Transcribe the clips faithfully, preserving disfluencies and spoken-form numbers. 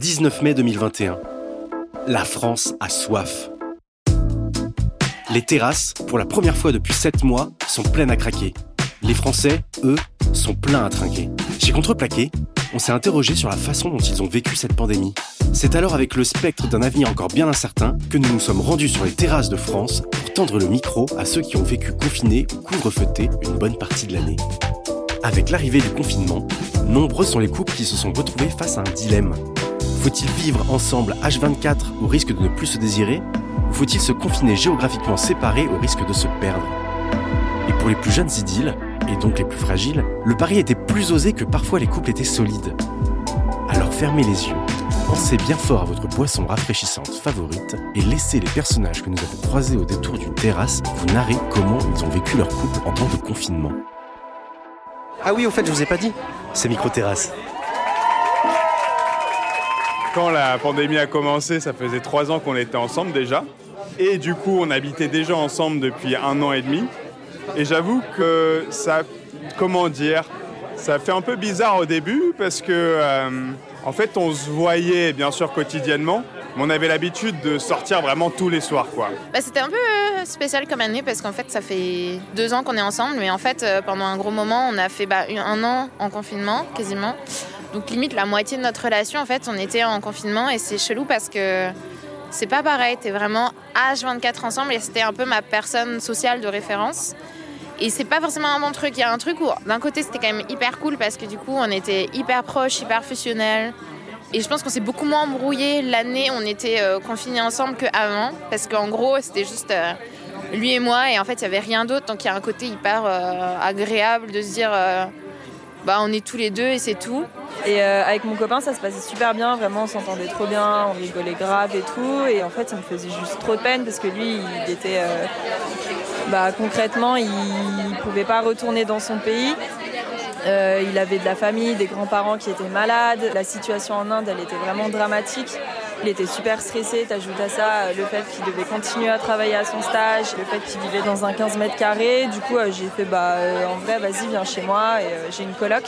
dix-neuf mai deux mille vingt et un. La France a soif. Les terrasses, pour la première fois depuis sept mois, sont pleines à craquer. Les Français, eux, sont pleins à trinquer. Chez Contreplaqué, on s'est interrogé sur la façon dont ils ont vécu cette pandémie. C'est alors avec le spectre d'un avenir encore bien incertain que nous nous sommes rendus sur les terrasses de France pour tendre le micro à ceux qui ont vécu confinés ou couvre-feutés une bonne partie de l'année. Avec l'arrivée du confinement, nombreux sont les couples qui se sont retrouvés face à un dilemme. Faut-il vivre ensemble H vingt-quatre au risque de ne plus se désirer ? Ou faut-il se confiner géographiquement séparés au risque de se perdre ? Et pour les plus jeunes idylles, et donc les plus fragiles, le pari était plus osé que parfois les couples étaient solides. Alors fermez les yeux, pensez bien fort à votre boisson rafraîchissante favorite et laissez les personnages que nous avons croisés au détour d'une terrasse vous narrer comment ils ont vécu leur couple en temps de confinement. Ah oui, au fait, je vous ai pas dit, c'est Micro-Terrasse. Quand la pandémie a commencé, ça faisait trois ans qu'on était ensemble déjà. Et du coup, on habitait déjà ensemble depuis un an et demi. Et j'avoue que ça, comment dire, ça fait un peu bizarre au début parce que, euh, en fait, on se voyait bien sûr quotidiennement, mais on avait l'habitude de sortir vraiment tous les soirs, quoi. Bah, c'était un peu spécial comme année parce qu'en fait, ça fait deux ans qu'on est ensemble, mais en fait, pendant un gros moment, on a fait bah, un an en confinement, quasiment. Donc limite la moitié de notre relation, en fait, on était en confinement et c'est chelou parce que c'est pas pareil. T'es vraiment H vingt-quatre ensemble et c'était un peu ma personne sociale de référence. Et c'est pas forcément un bon truc. Il y a un truc où d'un côté c'était quand même hyper cool parce que du coup on était hyper proches, hyper fusionnels. Et je pense qu'on s'est beaucoup moins embrouillé l'année où on était euh, confinés ensemble qu'avant. Parce qu'en gros c'était juste euh, lui et moi et en fait il y avait rien d'autre. Donc il y a un côté hyper euh, agréable de se dire euh, bah on est tous les deux et c'est tout. Et euh, avec mon copain, ça se passait super bien, vraiment, on s'entendait trop bien, on rigolait grave et tout. Et en fait, ça me faisait juste trop de peine parce que lui, il était... Euh, bah, concrètement, il ne pouvait pas retourner dans son pays. Euh, il avait de la famille, des grands-parents qui étaient malades. La situation en Inde, elle était vraiment dramatique. Il était super stressé. T'ajoutes à ça le fait qu'il devait continuer à travailler à son stage, le fait qu'il vivait dans un quinze mètres carrés. Du coup, euh, j'ai fait, bah, euh, en vrai, vas-y, viens chez moi. Et euh, j'ai une coloc.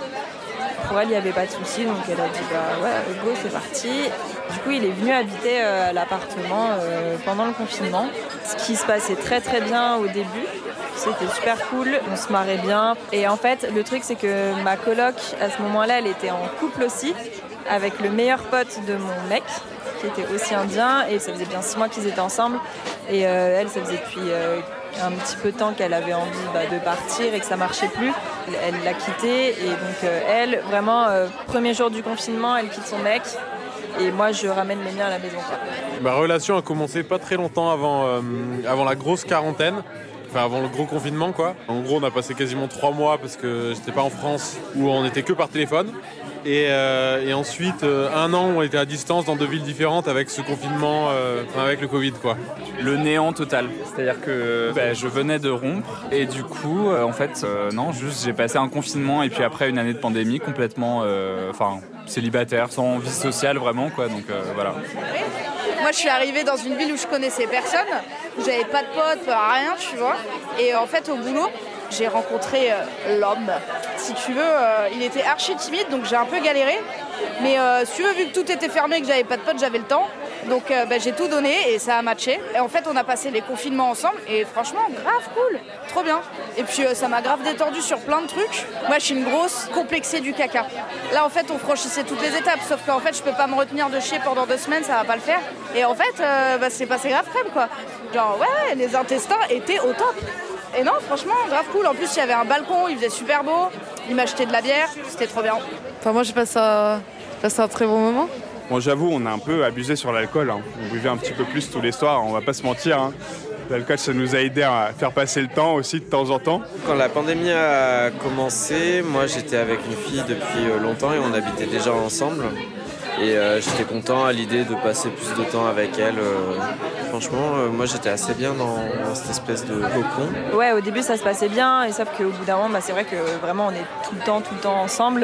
Pour elle, il n'y avait pas de souci, donc elle a dit bah ouais, go, c'est parti. Du coup, il est venu habiter euh, à l'appartement euh, pendant le confinement. Ce qui se passait très très bien au début, c'était super cool, on se marrait bien. Et en fait, le truc, c'est que ma coloc, à ce moment-là, elle était en couple aussi, avec le meilleur pote de mon mec, qui était aussi indien, et ça faisait bien six mois qu'ils étaient ensemble. Et euh, elle, ça faisait depuis euh, un petit peu de temps qu'elle avait envie bah, de partir et que ça marchait plus. Elle l'a quitté et donc euh, elle, vraiment, euh, premier jour du confinement, elle quitte son mec et moi je ramène les miens à la maison. Quoi. Ma relation a commencé pas très longtemps avant, euh, avant la grosse quarantaine, enfin avant le gros confinement quoi. En gros on a passé quasiment trois mois parce que j'étais pas en France où on était que par téléphone. Et, euh, et ensuite, euh, un an où on était à distance dans deux villes différentes avec ce confinement, euh, avec le Covid, quoi. Le néant total. C'est-à-dire que bah, je venais de rompre et du coup, euh, en fait, euh, non, juste j'ai passé un confinement et puis après une année de pandémie complètement, enfin, euh, célibataire, sans vie sociale vraiment, quoi. Donc euh, voilà. Moi, je suis arrivée dans une ville où je connaissais personne, où j'avais pas de potes, rien, tu vois. Et en fait, au boulot, j'ai rencontré euh, l'homme. Si tu veux, euh, il était archi timide, donc j'ai un peu galéré. Mais euh, si tu veux, vu que tout était fermé et que j'avais pas de potes, j'avais le temps. Donc euh, bah, j'ai tout donné et ça a matché. Et en fait, on a passé les confinements ensemble et franchement, grave cool, trop bien. Et puis euh, ça m'a grave détendu sur plein de trucs. Moi, je suis une grosse complexée du caca. Là, en fait, on franchissait toutes les étapes, sauf qu'en fait, je peux pas me retenir de chier pendant deux semaines, ça va pas le faire. Et en fait, euh, bah, c'est passé grave crème, quoi. Genre, ouais, les intestins étaient au top. Et non, franchement, grave cool. En plus, il y avait un balcon, il faisait super beau. Il m'achetait de la bière, c'était trop bien. Enfin, moi, j'ai passé un, passé un très bon moment. Bon, j'avoue, on a un peu abusé sur l'alcool. Hein. On buvait un petit peu plus tous les soirs, on va pas se mentir. Hein. L'alcool, ça nous a aidé à faire passer le temps aussi de temps en temps. Quand la pandémie a commencé, moi, j'étais avec une fille depuis longtemps et on habitait déjà ensemble. Et euh, j'étais content à l'idée de passer plus de temps avec elle. Euh, franchement, euh, moi j'étais assez bien dans, dans cette espèce de cocon. Ouais, au début ça se passait bien, et sauf qu'au bout d'un moment, bah, c'est vrai que vraiment on est tout le temps, tout le temps ensemble.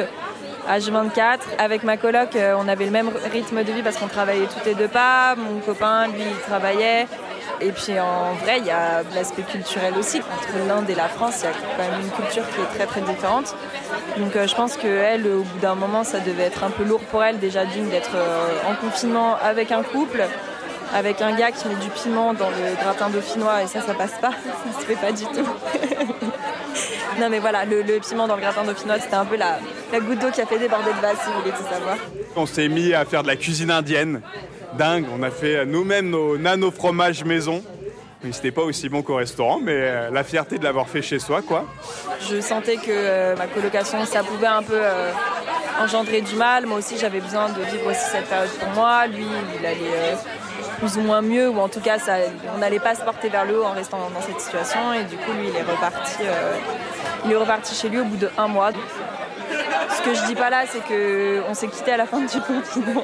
H vingt-quatre, avec ma coloc, euh, on avait le même rythme de vie parce qu'on travaillait toutes les deux pas. Mon copain, lui, il travaillait. Et puis en vrai, il y a l'aspect culturel aussi. Entre l'Inde et la France, il y a quand même une culture qui est très très différente. Donc euh, je pense qu'elle, au bout d'un moment, ça devait être un peu lourd pour elle déjà d'une d'être euh, en confinement avec un couple, avec un gars qui met du piment dans le gratin dauphinois et ça, ça passe pas, ça se fait pas du tout. Non mais voilà, le, le piment dans le gratin dauphinois, c'était un peu la, la goutte d'eau qui a fait déborder le vase, si vous voulez tout savoir. On s'est mis à faire de la cuisine indienne, dingue, on a fait nous-mêmes nos nano fromages maison. C'était pas aussi bon qu'au restaurant, mais la fierté de l'avoir fait chez soi, quoi. Je sentais que euh, ma colocation, ça pouvait un peu euh, engendrer du mal. Moi aussi, j'avais besoin de vivre aussi cette période pour moi. Lui, il allait euh, plus ou moins mieux, ou en tout cas, ça, on n'allait pas se porter vers le haut en restant dans cette situation. Et du coup, lui, il est reparti, euh, il est reparti chez lui au bout d'un mois. Ce que je dis pas là, c'est qu'on s'est quitté à la fin du confinement.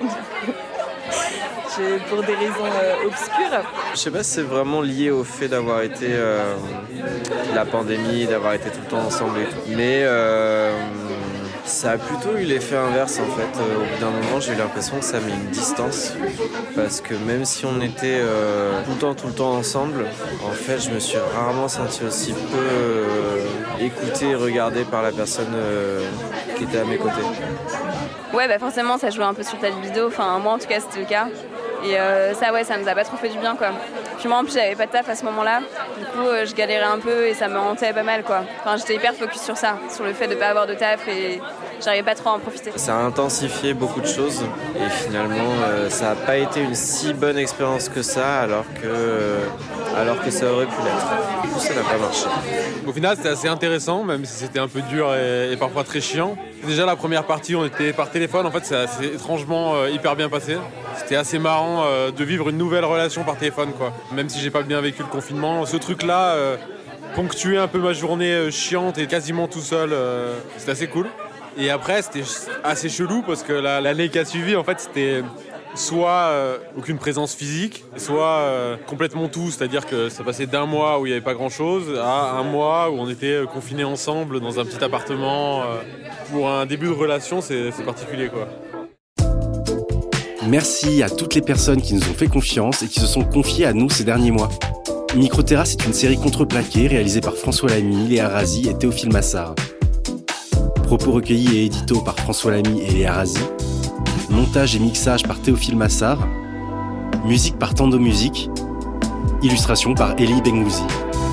Pour des raisons euh, obscures. Je sais pas si c'est vraiment lié au fait d'avoir été euh, la pandémie, d'avoir été tout le temps ensemble et tout. Mais euh, ça a plutôt eu l'effet inverse en fait. Euh, au bout d'un moment, j'ai eu l'impression que ça a mis une distance. Parce que même si on était euh, tout le temps, tout le temps ensemble, en fait, je me suis rarement senti aussi peu euh, écouté et regardé par la personne euh, qui était à mes côtés. Ouais, bah forcément, ça jouait un peu sur ta libido. Enfin, moi, en tout cas, c'était le cas. Et euh, ça, ouais, ça nous a pas trop fait du bien, quoi. Puis moi, en plus, j'avais pas de taf à ce moment-là. Du coup, euh, je galérais un peu et ça me hantait pas mal, quoi. Enfin, j'étais hyper focus sur ça, sur le fait de pas avoir de taf et j'arrivais pas trop à en profiter. Ça a intensifié beaucoup de choses et finalement, euh, ça a pas été une si bonne expérience que ça, alors que, euh, alors que ça aurait pu l'être. Du coup, ça n'a pas marché. Au final, c'était assez intéressant, même si c'était un peu dur et, et parfois très chiant. Déjà, la première partie, on était par téléphone. En fait, ça s'est étrangement euh, hyper bien passé. C'était assez marrant euh, de vivre une nouvelle relation par téléphone, quoi. Même si j'ai pas bien vécu le confinement, ce truc-là euh, ponctuait un peu ma journée euh, chiante et quasiment tout seul. Euh, c'était assez cool. Et après, c'était assez chelou parce que la, l'année qui a suivi, en fait, c'était soit euh, aucune présence physique, soit euh, complètement tout, c'est-à-dire que ça passait d'un mois où il n'y avait pas grand-chose à un mois où on était euh, confinés ensemble dans un petit appartement. Euh, pour un début de relation, c'est, c'est particulier, quoi. Merci à toutes les personnes qui nous ont fait confiance et qui se sont confiées à nous ces derniers mois. Microterrasse est une série contreplaquée réalisée par François Lamy, Léa Razi et Théophile Massard. Propos recueillis et édito par François Lamy et Léa Razi. Montage et mixage par Théophile Massard. Musique par Tando Music. Illustration par Elie Bengouzi.